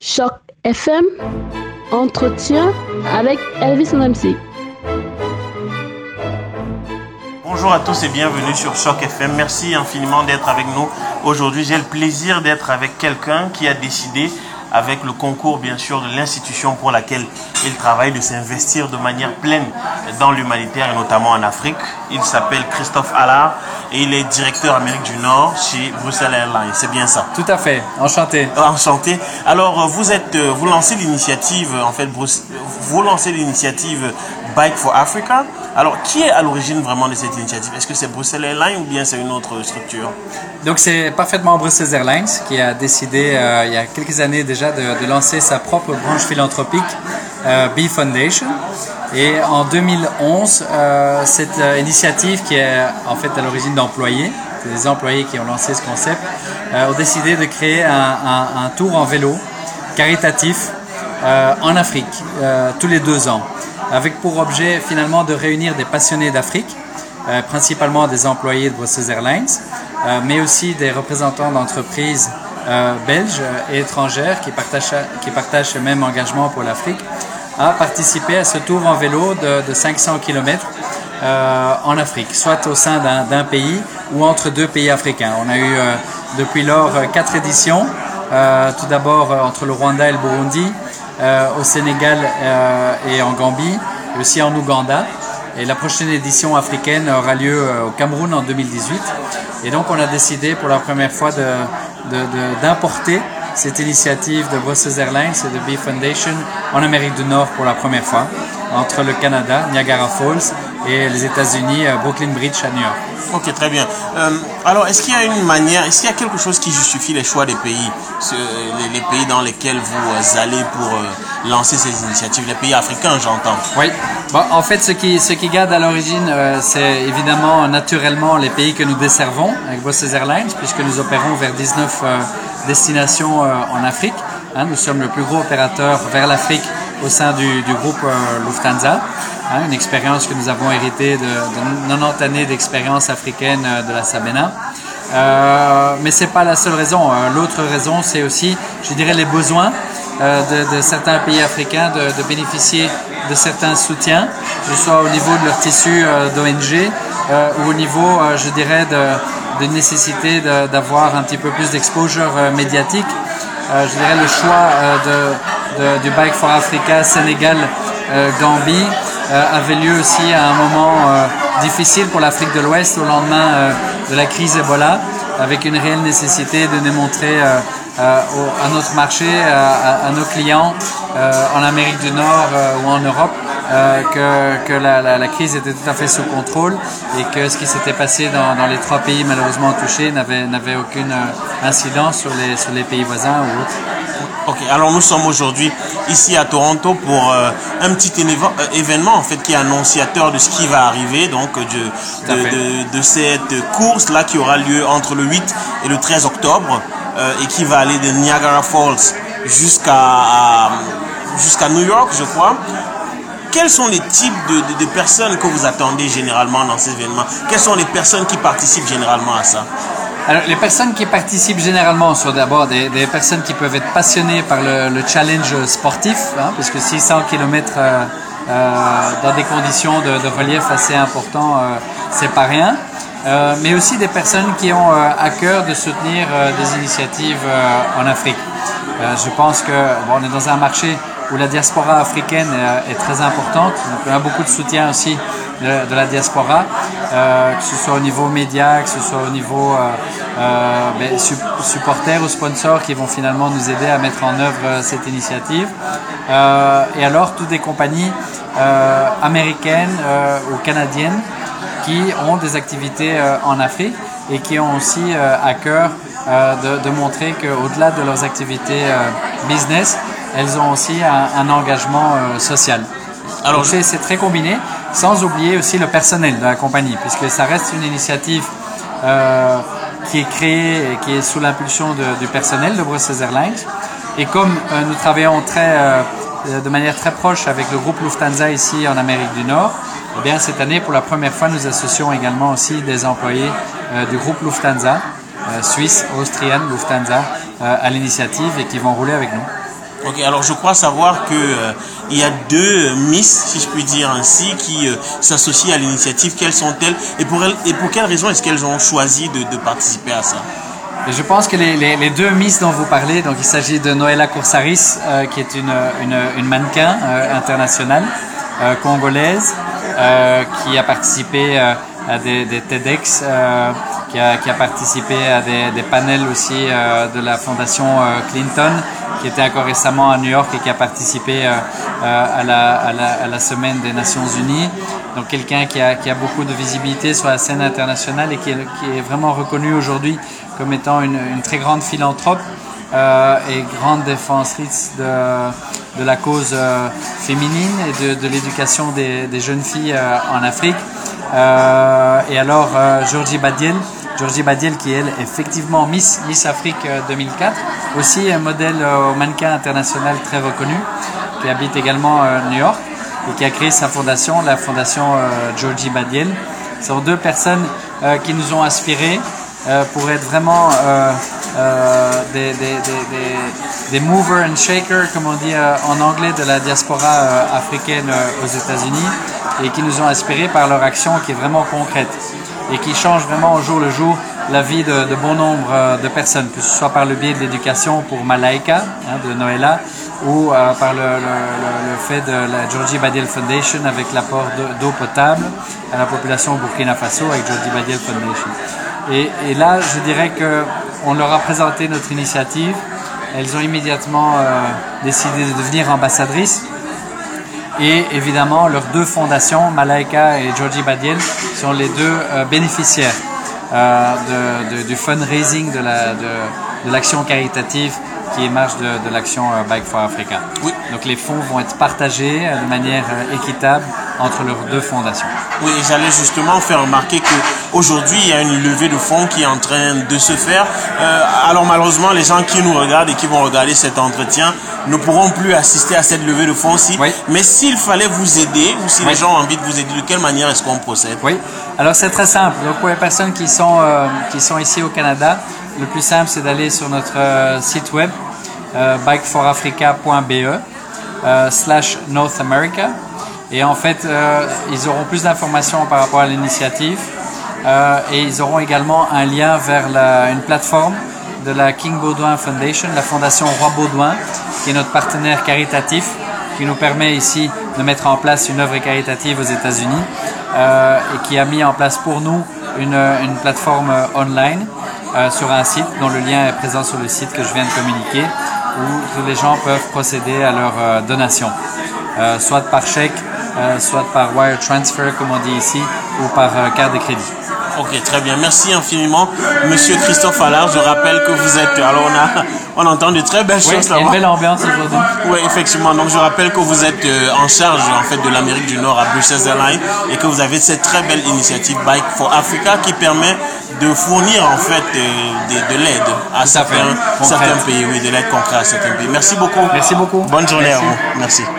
Choc FM, entretien avec Elvis MC. Bonjour à tous et bienvenue sur Choc FM. Merci infiniment d'être avec nous aujourd'hui. J'ai le plaisir d'être avec quelqu'un qui a décidé, avec le concours bien sûr de l'institution pour laquelle il travaille, de s'investir de manière pleine dans l'humanitaire et notamment en Afrique. Il s'appelle Christophe Allard et il est directeur Amérique du Nord chez Brussels Airlines. C'est bien ça? Tout à fait. Enchanté. Enchanté. Alors vous lancez l'initiative, vous lancez l'initiative Bike for Africa. Alors, qui est à l'origine vraiment de cette initiative? Est-ce que c'est Brussels Airlines ou bien c'est une autre structure? Donc, c'est parfaitement Brussels Airlines qui a décidé, il y a quelques années déjà, de lancer sa propre branche philanthropique, Bee Foundation. Et en 2011, cette initiative qui est en fait à l'origine d'employés, des employés qui ont lancé ce concept, ont décidé de créer un tour en vélo caritatif en Afrique, tous les 2 ans, avec pour objet finalement de réunir des passionnés d'Afrique, principalement des employés de Brussels Airlines, mais aussi des représentants d'entreprises belges et étrangères qui partagent ce même engagement pour l'Afrique, à participer à ce tour en vélo de 500 km en Afrique, soit au sein d'un pays ou entre 2 pays africains. On a eu depuis lors 4 éditions, tout d'abord entre le Rwanda et le Burundi, au Sénégal et en Gambie, et aussi en Ouganda. Et la prochaine édition africaine aura lieu au Cameroun en 2018. Et donc on a décidé pour la première fois d'importer cette initiative de Brussels Airlines et de Bee Foundation en Amérique du Nord pour la première fois, entre le Canada, Niagara Falls, et les États-Unis, Brooklyn Bridge à New York. Ok, très bien. Alors, est-ce qu'il y a une manière, est-ce qu'il y a quelque chose qui justifie les choix des pays, les pays dans lesquels vous allez pour lancer ces initiatives, les pays africains, j'entends? Oui. Bon, en fait, ce qui garde à l'origine, c'est évidemment naturellement les pays que nous desservons avec Brussels Airlines, puisque nous opérons vers 19 destinations en Afrique. Nous sommes le plus gros opérateur vers l'Afrique au sein du groupe Lufthansa. Une expérience que nous avons héritée de 90 années d'expérience africaine de la Sabena. Mais ce n'est pas la seule raison. L'autre raison, c'est aussi, je dirais, les besoins de certains pays africains de bénéficier de certains soutiens, que ce soit au niveau de leur tissu d'ONG ou au niveau, je dirais, de nécessité d'avoir un petit peu plus d'exposure médiatique. Je dirais le choix du Bike for Africa Sénégal Gambie avait lieu aussi à un moment difficile pour l'Afrique de l'Ouest au lendemain de la crise Ebola, avec une réelle nécessité de démontrer à notre marché, à nos clients en Amérique du Nord ou en Europe que la crise était tout à fait sous contrôle et que ce qui s'était passé dans les 3 pays malheureusement touchés n'avait aucune incidence sur les pays voisins ou autres. Ok, alors nous sommes aujourd'hui ici à Toronto pour un petit événement en fait qui est annonciateur de ce qui va arriver, donc de cette course là qui aura lieu entre le 8 et le 13 octobre et qui va aller de Niagara Falls jusqu'à New York, je crois. Quels sont les types de personnes que vous attendez généralement dans ces événements? Quelles sont les personnes qui participent généralement à ça? Alors, les personnes qui participent généralement sont d'abord des personnes qui peuvent être passionnées par le challenge sportif, puisque 600 km dans des conditions de relief assez importantes, c'est pas rien. Mais aussi des personnes qui ont à cœur de soutenir des initiatives en Afrique. Je pense on est dans un marché où la diaspora africaine est très importante. Donc, on a beaucoup de soutien aussi de la diaspora, que ce soit au niveau média, que ce soit au niveau supporters ou sponsors qui vont finalement nous aider à mettre en œuvre cette initiative. Et alors, toutes des compagnies américaines ou canadiennes qui ont des activités en Afrique et qui ont aussi à cœur de montrer qu'au-delà de leurs activités business, elles ont aussi un engagement social. Alors c'est très combiné, sans oublier aussi le personnel de la compagnie, puisque ça reste une initiative qui est créée et qui est sous l'impulsion du personnel de Brussels Airlines. Et comme nous travaillons de manière très proche avec le groupe Lufthansa ici en Amérique du Nord, eh bien, cette année, pour la première fois, nous associons également aussi des employés du groupe Lufthansa, suisse, austrienne, Lufthansa, à l'initiative et qui vont rouler avec nous. Ok, alors je crois savoir que il y a 2 Miss, si je puis dire ainsi, qui s'associent à l'initiative. Quelles sont-elles et pour quelles raisons est-ce qu'elles ont choisi de participer à ça? Et je pense que les 2 Miss dont vous parlez, donc il s'agit de Noela Coursaris, qui est une mannequin internationale congolaise, qui a participé à des TEDx, qui a participé à des panels aussi de la fondation Clinton, qui était encore récemment à New York et qui a participé à la semaine des Nations Unies. Donc quelqu'un qui a beaucoup de visibilité sur la scène internationale et qui est vraiment reconnu aujourd'hui comme étant une très grande philanthrope et grande défensrice de la cause féminine et de l'éducation des jeunes filles en Afrique. Et alors Georgie Badiel qui elle effectivement Miss Afrique 2004, aussi un modèle mannequin international très reconnu, qui habite également New York et qui a créé sa fondation, la fondation Georgie Badiel. Ce sont 2 personnes qui nous ont inspirés pour être vraiment des movers and shakers, comme on dit en anglais, de la diaspora africaine aux États-Unis, et qui nous ont inspirés par leur action qui est vraiment concrète et qui change vraiment au jour le jour la vie de bon nombre de personnes, que ce soit par le biais de l'éducation pour Malaika, de Noela, ou par le fait de la Georgie Badiel Foundation avec l'apport d'eau potable à la population au Burkina Faso avec Georgie Badiel Foundation. Et là, je dirais qu'on leur a présenté notre initiative. Elles ont immédiatement décidé de devenir ambassadrices. Et évidemment, leurs 2 fondations, Malaika et Georgie Badiel, sont les 2 bénéficiaires du fundraising, de l'action caritative qui émerge de l'action Bike for Africa. Oui. Donc les fonds vont être partagés de manière équitable entre leurs 2 fondations. Oui, et j'allais justement faire remarquer qu'aujourd'hui, il y a une levée de fonds qui est en train de se faire. Alors malheureusement, les gens qui nous regardent et qui vont regarder cet entretien ne pourront plus assister à cette levée de fonds-ci. Oui. Mais s'il fallait vous aider, ou si les gens ont envie de vous aider, de quelle manière est-ce qu'on procède? Oui, alors c'est très simple. Donc pour les personnes qui sont ici au Canada, le plus simple, c'est d'aller sur notre site web bikeforafrica.be /North America. Et en fait, ils auront plus d'informations par rapport à l'initiative et ils auront également un lien vers une plateforme de la King Baudouin Foundation, la Fondation Roi Baudouin, qui est notre partenaire caritatif, qui nous permet ici de mettre en place une œuvre caritative aux États-Unis et qui a mis en place pour nous une plateforme online sur un site dont le lien est présent sur le site que je viens de communiquer, où tous les gens peuvent procéder à leur donation, soit par chèque, soit par wire transfer, comme on dit ici, ou par carte de crédit. Ok, très bien. Merci infiniment, Monsieur Christophe Allard. Je rappelle que vous êtes... Alors, on entend de très belles choses là-bas. Il y a une belle ambiance aujourd'hui. Oui, effectivement. Donc, je rappelle que vous êtes en charge, en fait, de l'Amérique du Nord à Brussels Airlines et que vous avez cette très belle initiative Bike for Africa qui permet de fournir, en fait, de l'aide à certains pays. Oui, de l'aide concrète à certains pays. Merci beaucoup. Merci beaucoup. Bonne journée à vous. Merci.